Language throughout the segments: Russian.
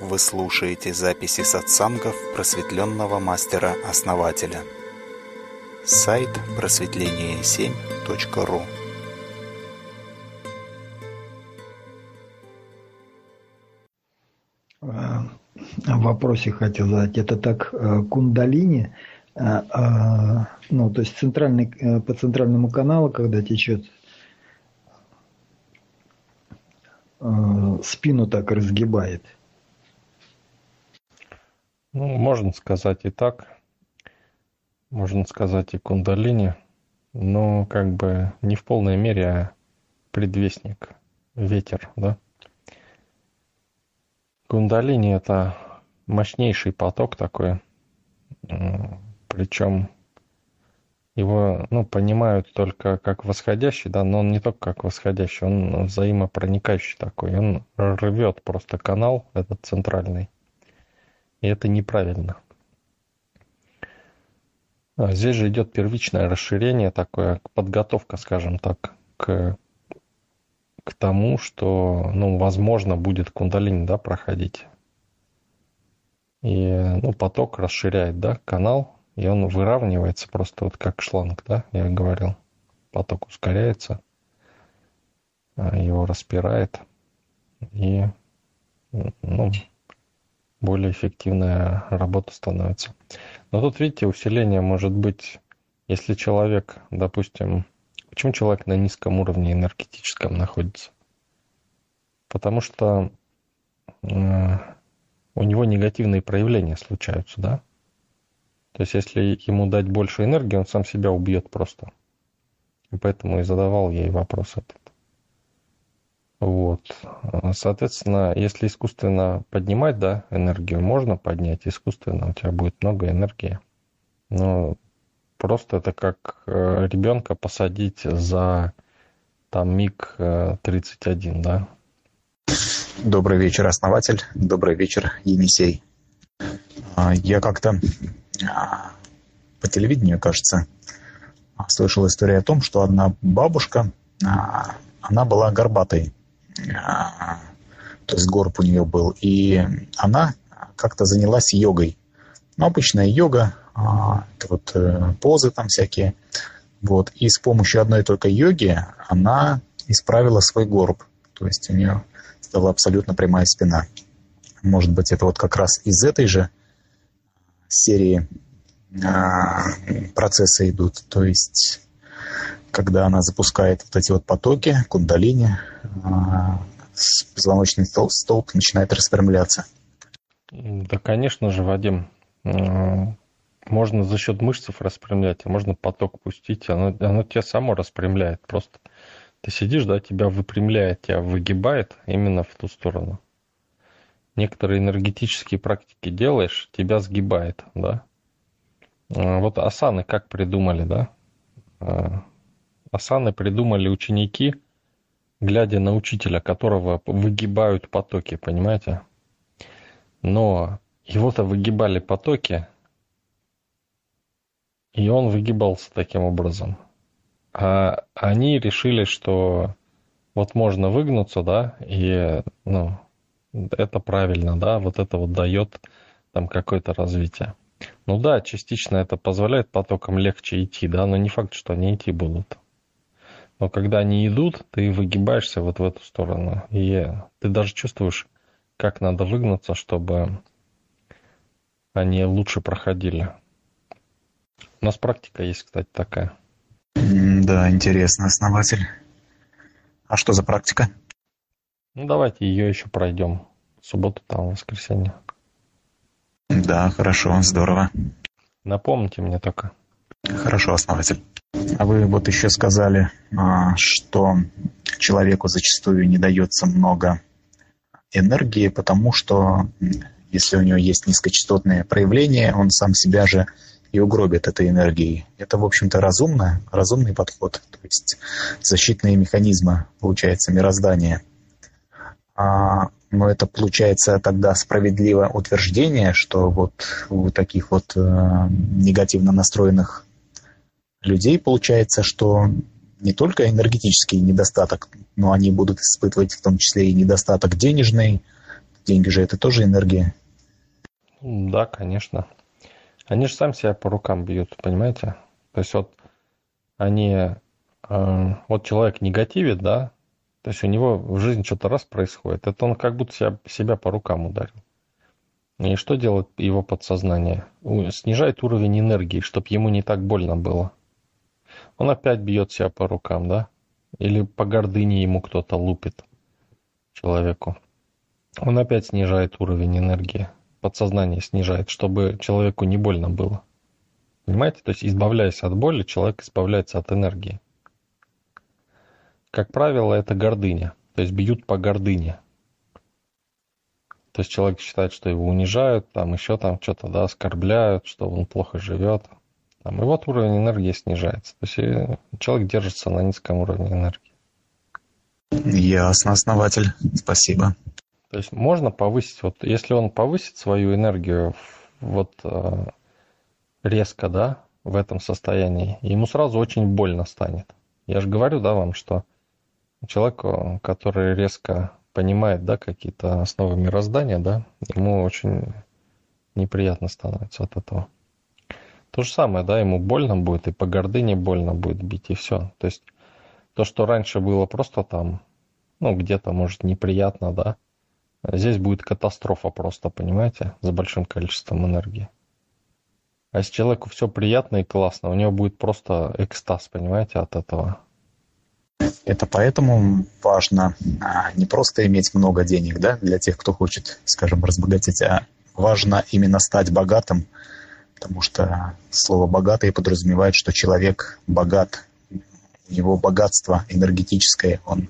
Вы слушаете записи сатсангов просветленного мастера-основателя. Сайт просветление7.ру. В вопросе хотел задать. Это так кундалини, то есть по центральному каналу, когда течет, спину так разгибает. Можно сказать и так. Можно сказать и кундалини, но как бы не в полной мере, а предвестник, ветер, да. Кундалини — это мощнейший поток такой, причем его, понимают только как восходящий, да, но он не только как восходящий, он взаимопроникающий такой, он рвет просто канал этот центральный, и это неправильно. Здесь же идет первичное расширение такое, подготовка, скажем так, к тому, что, возможно, будет кундалини, да, проходить. И, поток расширяет, да, канал, и он выравнивается просто вот как шланг, да, я говорил. Поток ускоряется, его распирает, и, более эффективная работа становится. Но тут, видите, усиление может быть, если человек, допустим, почему человек на низком уровне энергетическом находится? Потому что у него негативные проявления случаются, да? То есть, если ему дать больше энергии, он сам себя убьет просто. И поэтому и задавал ей вопрос этот. Вот. Соответственно, если искусственно поднимать, да, энергию, можно поднять искусственно, у тебя будет много энергии. Но просто это как ребенка посадить за МиГ-31, да. Добрый вечер, основатель. Добрый вечер, Енисей. Я как-то по телевидению, кажется, слышал историю о том, что одна бабушка, она была горбатой. То есть горб у нее был. И она как-то занялась йогой. Обычная йога, позы там всякие. Вот. И с помощью одной только йоги она исправила свой горб. То есть у нее стала абсолютно прямая спина. Может быть, это вот как раз из этой же серии процессы идут. То есть, когда она запускает вот эти вот потоки, кундалини, позвоночный столб начинает распрямляться. Да, конечно же, Вадим. Можно за счет мышц распрямлять, а можно поток пустить. Оно тебя само распрямляет. Просто ты сидишь, да, тебя выпрямляет, тебя выгибает именно в ту сторону. Некоторые энергетические практики делаешь, тебя сгибает, да. Вот асаны как придумали, да? Асаны придумали ученики, глядя на учителя, которого выгибают потоки, понимаете? Но его-то выгибали потоки, и он выгибался таким образом. А они решили, что вот можно выгнуться, да, и, это правильно, да, вот это вот дает там какое-то развитие. Да, частично это позволяет потокам легче идти, да, но не факт, что они идти будут. Но когда они идут, ты выгибаешься вот в эту сторону, и ты даже чувствуешь, как надо выгнуться, чтобы они лучше проходили. У нас практика есть, кстати, такая. Да, интересно, основатель. А что за практика? Давайте ее еще пройдем. В субботу, там, в воскресенье. Да, хорошо, здорово. Напомните мне только. Хорошо, основатель. А вы вот еще сказали, что человеку зачастую не дается много энергии, потому что если у него есть низкочастотные проявления, он сам себя же и угробит этой энергией. Это, в общем-то, разумный подход. То есть защитные механизмы, получается, мироздания. Но это получается тогда справедливое утверждение, что вот у таких вот негативно настроенных людей получается, что не только энергетический недостаток, но они будут испытывать в том числе и недостаток денежный, Деньги же это тоже энергия. Да, конечно. Они же сами себя по рукам бьют, понимаете? То есть вот они, вот человек негативит, да, то есть у него в жизни что-то раз происходит, это он как будто себя по рукам ударил. И что делает его подсознание? Снижает уровень энергии, чтобы ему не так больно было. Он опять бьет себя по рукам, да? Или по гордыне ему кто-то лупит, человеку. Он опять снижает уровень энергии. Подсознание снижает, чтобы человеку не больно было. Понимаете? То есть, избавляясь от боли, человек избавляется от энергии. Как правило, это гордыня. То есть, бьют по гордыне. То есть, человек считает, что его унижают, там еще там что-то, да, оскорбляют, что он плохо живет. Там, и вот уровень энергии снижается. То есть, человек держится на низком уровне энергии. Ясно, основатель. Спасибо. То есть, можно повысить, вот если он повысит свою энергию вот резко, да, в этом состоянии, ему сразу очень больно станет. Я же говорю, да, вам, что человеку, который резко понимает, да, какие-то основы мироздания, да, ему очень неприятно становится от этого. То же самое, да, ему больно будет, и по гордыне больно будет бить, и все. То есть то, что раньше было просто там, ну, где-то, может, неприятно, да, здесь будет катастрофа просто, понимаете, с большим количеством энергии. А если человеку все приятно и классно, у него будет просто экстаз, понимаете, от этого. Это поэтому важно не просто иметь много денег, да, для тех, кто хочет, скажем, разбогатеть, а важно именно стать богатым, потому что слово «богатый» подразумевает, что человек богат, у него богатство энергетическое, он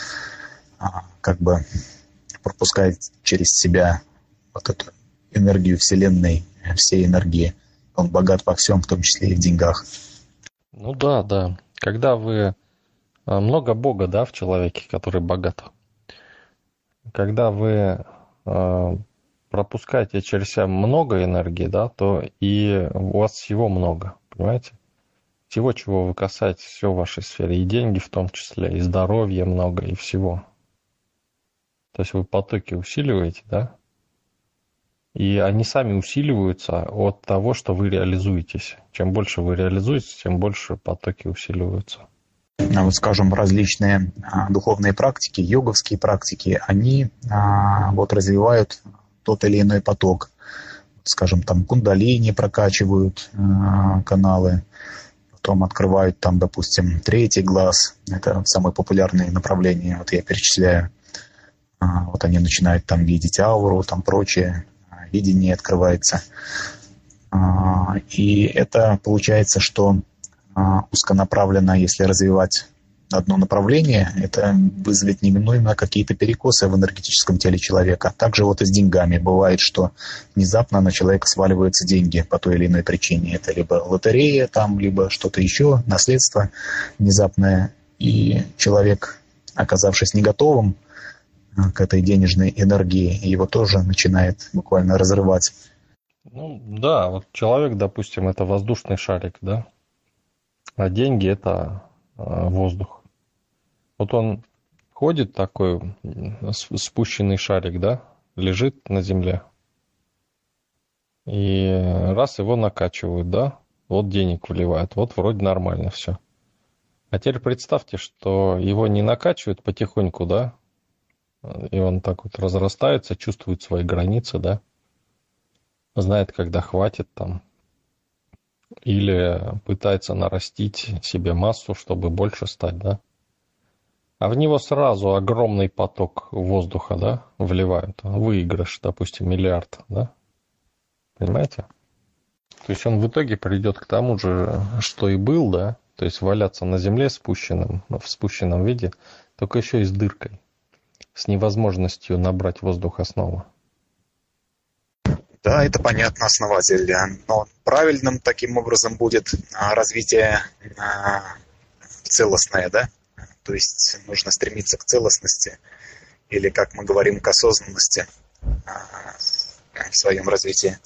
как бы пропускает через себя вот эту энергию Вселенной, все энергии. Он богат во всем, в том числе и в деньгах. Ну да, да. Когда вы... Много Бога, да, в человеке, который богат. Когда вы пропускаете через себя много энергии, да, то и у вас всего много, понимаете? Всего, чего вы касаетесь, все в вашей сфере. И деньги в том числе, и здоровья много, и всего. То есть вы потоки усиливаете, да? И они сами усиливаются от того, что вы реализуетесь. Чем больше вы реализуетесь, тем больше потоки усиливаются. Вот, скажем, различные духовные практики, йоговские практики, они вот развивают тот или иной поток. Скажем, там кундалини прокачивают каналы, потом открывают там, допустим, третий глаз. Это самые популярные направления, вот я перечисляю. Вот они начинают там видеть ауру, там прочее, видение открывается. И это получается, что узконаправленно, если развивать одно направление, это вызовет неминуемо какие-то перекосы в энергетическом теле человека. Также вот и с деньгами. Бывает, что внезапно на человека сваливаются деньги по той или иной причине. Это либо лотерея, там, либо что-то еще, наследство внезапное. И человек, оказавшись не готовым к этой денежной энергии, его тоже начинает буквально разрывать. Ну да, вот человек, допустим, это воздушный шарик, да? А деньги – это воздух. Вот он ходит такой спущенный шарик, да, лежит на земле. И раз его накачивают, да, вот денег вливают, вот вроде нормально все. А теперь представьте, что его не накачивают потихоньку, да, и он так вот разрастается, чувствует свои границы, да, знает, когда хватит там. Или пытается нарастить себе массу, чтобы больше стать, да? А в него сразу огромный поток воздуха, да, вливают. Выигрыш, допустим, миллиард, да? Понимаете? То есть он в итоге придет к тому же, что и был, да? То есть валяться на земле в спущенном виде, только еще и с дыркой. С невозможностью набрать воздуха снова. Да, это понятно, основатель. Но правильным таким образом будет развитие целостное, да? То есть нужно стремиться к целостности или, как мы говорим, к осознанности в своем развитии.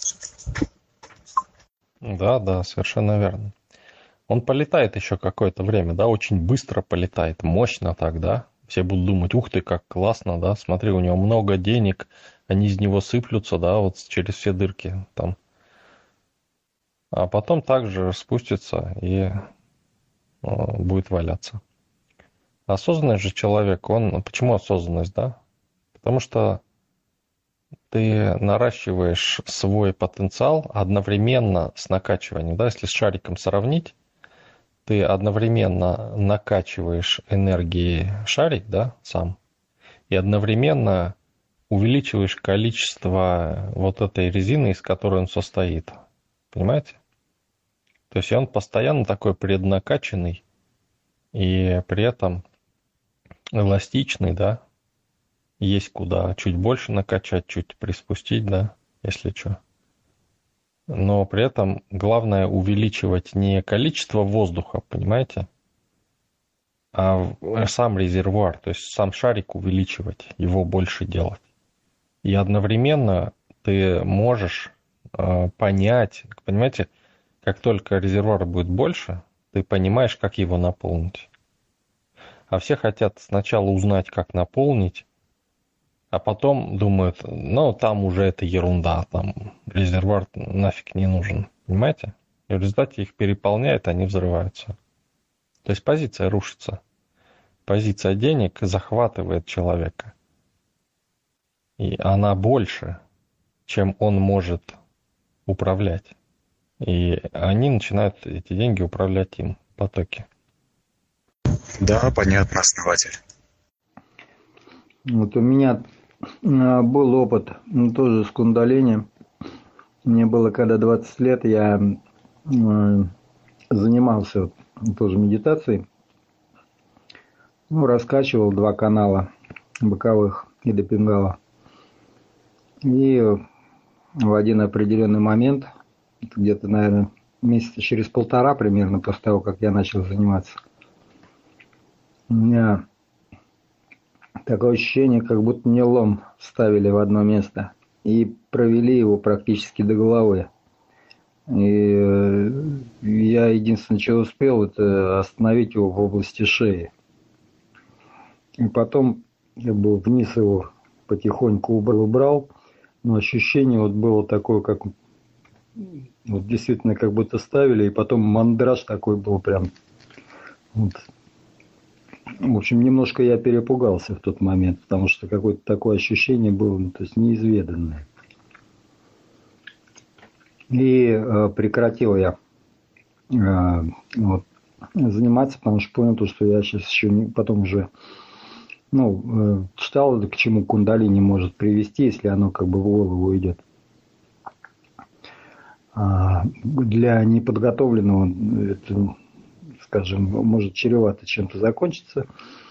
Да, совершенно верно. Он полетает еще какое-то время, да, очень быстро полетает, мощно так, да. Все будут думать, ух ты, как классно, да, смотри, у него много денег, они из него сыплются, да, вот через все дырки там. А потом также спустится и будет валяться. Осознанный же человек, почему осознанность, да? Потому что ты наращиваешь свой потенциал одновременно с накачиванием, да, если с шариком сравнить, ты одновременно накачиваешь энергией шарик, да, сам, и одновременно увеличиваешь количество вот этой резины, из которой он состоит. Понимаете? То есть он постоянно такой преднакачанный и при этом эластичный, да, есть куда чуть больше накачать, чуть приспустить, да, если что. Но при этом главное увеличивать не количество воздуха, понимаете, а сам резервуар, то есть сам шарик увеличивать, его больше делать. И одновременно ты можешь понять, понимаете, как только резервуар будет больше, ты понимаешь, как его наполнить. А все хотят сначала узнать, как наполнить, а потом думают, ну, там уже это ерунда, там резервуар нафиг не нужен, понимаете? И в результате их переполняет, они взрываются. То есть позиция рушится. Позиция денег захватывает человека. И она больше, чем он может управлять. И они начинают эти деньги управлять им в потоке. Да, понятно, основатель. Вот у меня был опыт тоже с кундалини. Мне было когда 20 лет, я занимался тоже медитацией. Раскачивал 2 канала боковых Ида Пингала. И в один определенный момент, где-то, наверное, месяца через 1,5 примерно после того, как я начал заниматься, у меня такое ощущение, как будто мне лом вставили в одно место и провели его практически до головы. И я единственное, что успел, это остановить его в области шеи. И потом я бы вниз его потихоньку убрал, но ощущение вот было такое, как вот действительно как будто ставили, и потом мандраж такой был прям. Вот. В общем, немножко я перепугался в тот момент, потому что какое-то такое ощущение было, то есть неизведанное. И прекратил я заниматься, потому что понял, что я сейчас еще потом уже читал, к чему кундалини может привести, если оно как бы в голову идет. Для неподготовленного это, скажем, может чревато чем-то закончиться.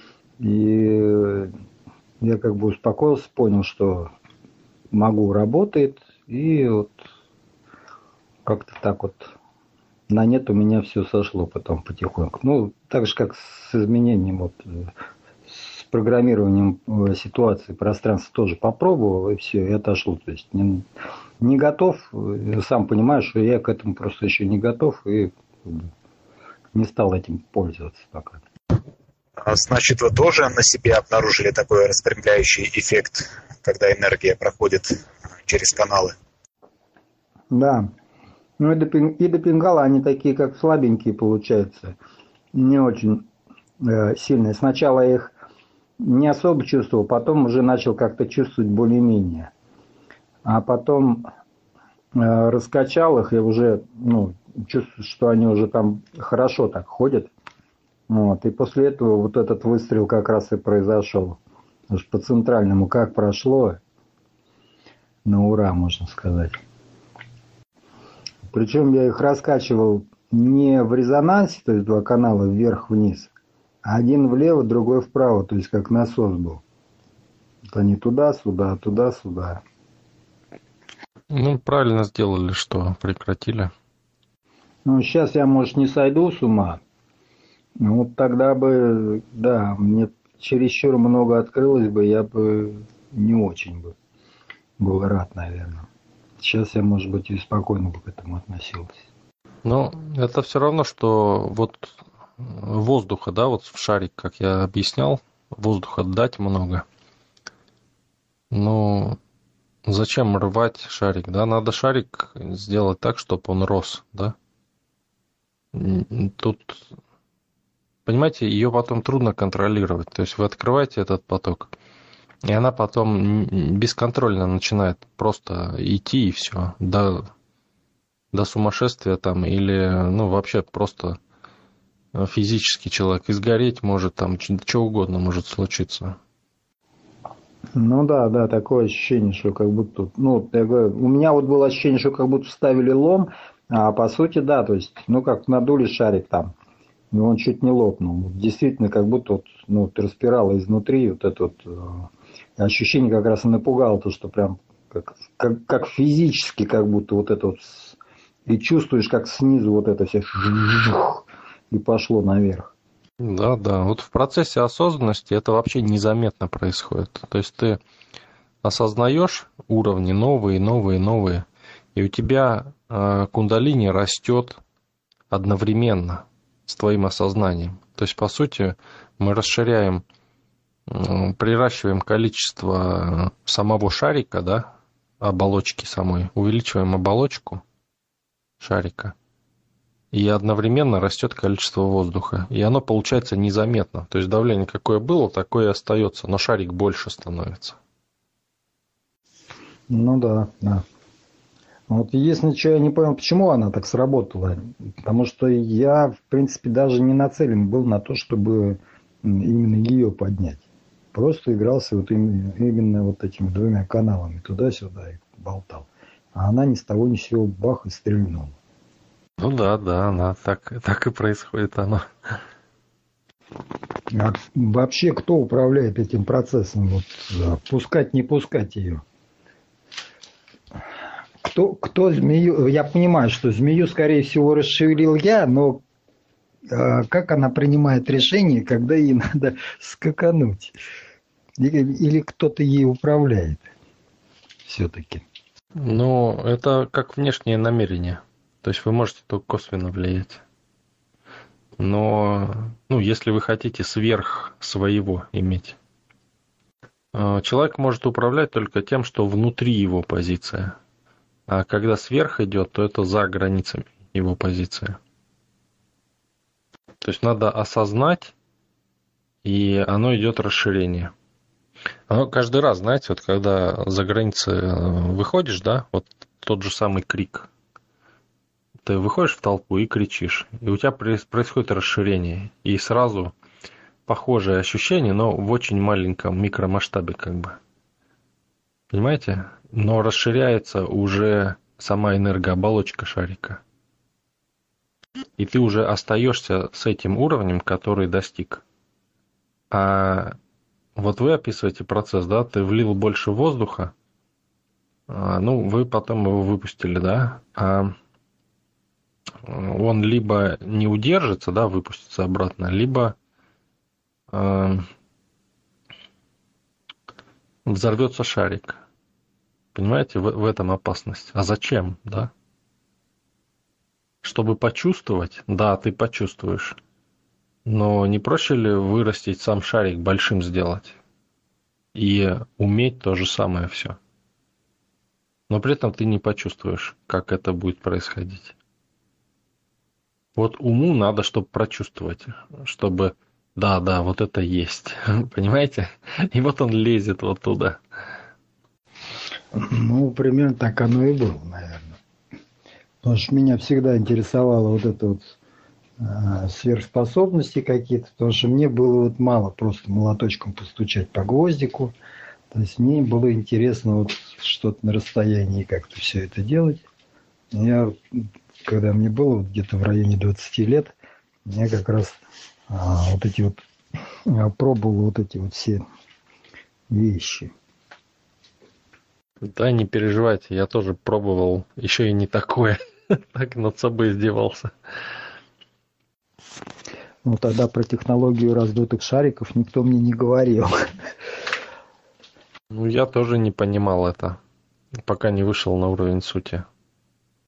И я как бы успокоился, понял, что могу, работает, и вот как-то так вот на нет у меня все сошло потом потихоньку. Так же, как с изменением, с программированием ситуации, пространства тоже попробовал, и все, и отошло. То есть не готов, сам понимаю, что я к этому просто еще не готов, и не стал этим пользоваться пока. Значит, вы тоже на себе обнаружили такой распрямляющий эффект, когда энергия проходит через каналы? Да. Ида Пингала, они такие как слабенькие получаются, не очень сильные. Сначала я их не особо чувствовал, потом уже начал как-то чувствовать более-менее. А потом раскачал их и уже чувствую, что они уже там хорошо так ходят. И после этого вот этот выстрел как раз и произошел. Аж по центральному как прошло, на ура, можно сказать. Причем я их раскачивал не в резонансе, то есть 2 канала вверх-вниз, а один влево, другой вправо, то есть как насос был. Вот они туда-сюда, туда-сюда. Правильно сделали, что прекратили. Сейчас я, может, не сойду с ума. Вот тогда бы, да, мне чересчур много открылось бы, я бы не очень бы был рад, наверное. Сейчас я, может быть, и спокойно бы к этому относился. Это все равно, что вот воздуха, да, вот в шарик, как я объяснял, воздуха дать много. зачем рвать шарик, да? Надо шарик сделать так, чтобы он рос, да? Тут, понимаете, ее потом трудно контролировать. То есть вы открываете этот поток, и она потом бесконтрольно начинает просто идти, и все. До сумасшествия там, или, ну, вообще просто физически человек изгореть может, там, что угодно может случиться. Ну да, да, такое ощущение, что как будто, ну, я говорю, у меня вот было ощущение, что как будто вставили лом, а по сути, да, то есть, ну, как надули шарик там, и он чуть не лопнул. Действительно, как будто вот, ну, ты распирала изнутри, вот это вот ощущение как раз и напугало, то, что прям как физически, как будто вот это вот, и чувствуешь, как снизу вот это все и пошло наверх. Да, да. Вот в процессе осознанности это вообще незаметно происходит. То есть ты осознаешь уровни новые, новые, новые, и у тебя кундалини растет одновременно с твоим осознанием. То есть, по сути, мы расширяем, приращиваем количество самого шарика, да, оболочки самой, увеличиваем оболочку шарика, и одновременно растет количество воздуха. И оно получается незаметно. То есть давление какое было, такое и остается, но шарик больше становится. Ну да, да. Вот единственное, что я не понял, почему она так сработала. Потому что я, в принципе, даже не нацелен был на то, чтобы именно ее поднять. Просто игрался вот именно вот этими двумя каналами, туда-сюда и болтал. А она ни с того ни с сего бах и стрельнула. Ну да, да, она так и происходит оно. А вообще кто управляет этим процессом? Вот, пускать, не пускать ее? Кто змею? Я понимаю, что змею, скорее всего, расшевелил я, но как она принимает решение, когда ей надо скакануть? Или кто-то ей управляет все-таки? Ну, это как внешнее намерение. То есть вы можете только косвенно влиять. Но, ну, если вы хотите сверх своего иметь, человек может управлять только тем, что внутри его позиция. А когда сверх идет, то это за границами его позиции. То есть надо осознать, и оно идет расширение. Оно каждый раз, знаете, вот когда за границы выходишь, да, вот тот же самый крик. Ты выходишь в толпу и кричишь, и у тебя происходит расширение. И сразу похожее ощущение, но в очень маленьком микромасштабе как бы. Понимаете? Но расширяется уже сама энергооболочка шарика. И ты уже остаешься с этим уровнем, который достиг. А вот вы описываете процесс, да, ты влил больше воздуха, ну, вы потом его выпустили, да, а он либо не удержится, да, выпустится обратно, либо взорвется шарик. Понимаете, в этом опасность. А зачем, да? Чтобы почувствовать, да, ты почувствуешь. Но не проще ли вырастить сам шарик, большим сделать? И уметь то же самое все. Но при этом ты не почувствуешь, как это будет происходить. Вот уму надо, чтобы прочувствовать, чтобы, да, вот это есть, понимаете? И вот он лезет вот туда. Ну, примерно так оно и было, наверное. Потому что меня всегда интересовало вот это вот сверхспособности какие-то, потому что мне было вот мало просто молоточком постучать по гвоздику. То есть мне было интересно вот что-то на расстоянии как-то все это делать. Я, когда мне было вот где-то в районе 20 лет, я как раз вот эти вот пробовал вот эти вот все вещи. Да, не переживайте, я тоже пробовал, еще и не такое, так над собой издевался. Ну, тогда про технологию раздутых шариков никто мне не говорил. Ну, я тоже не понимал это, пока не вышел на уровень сути.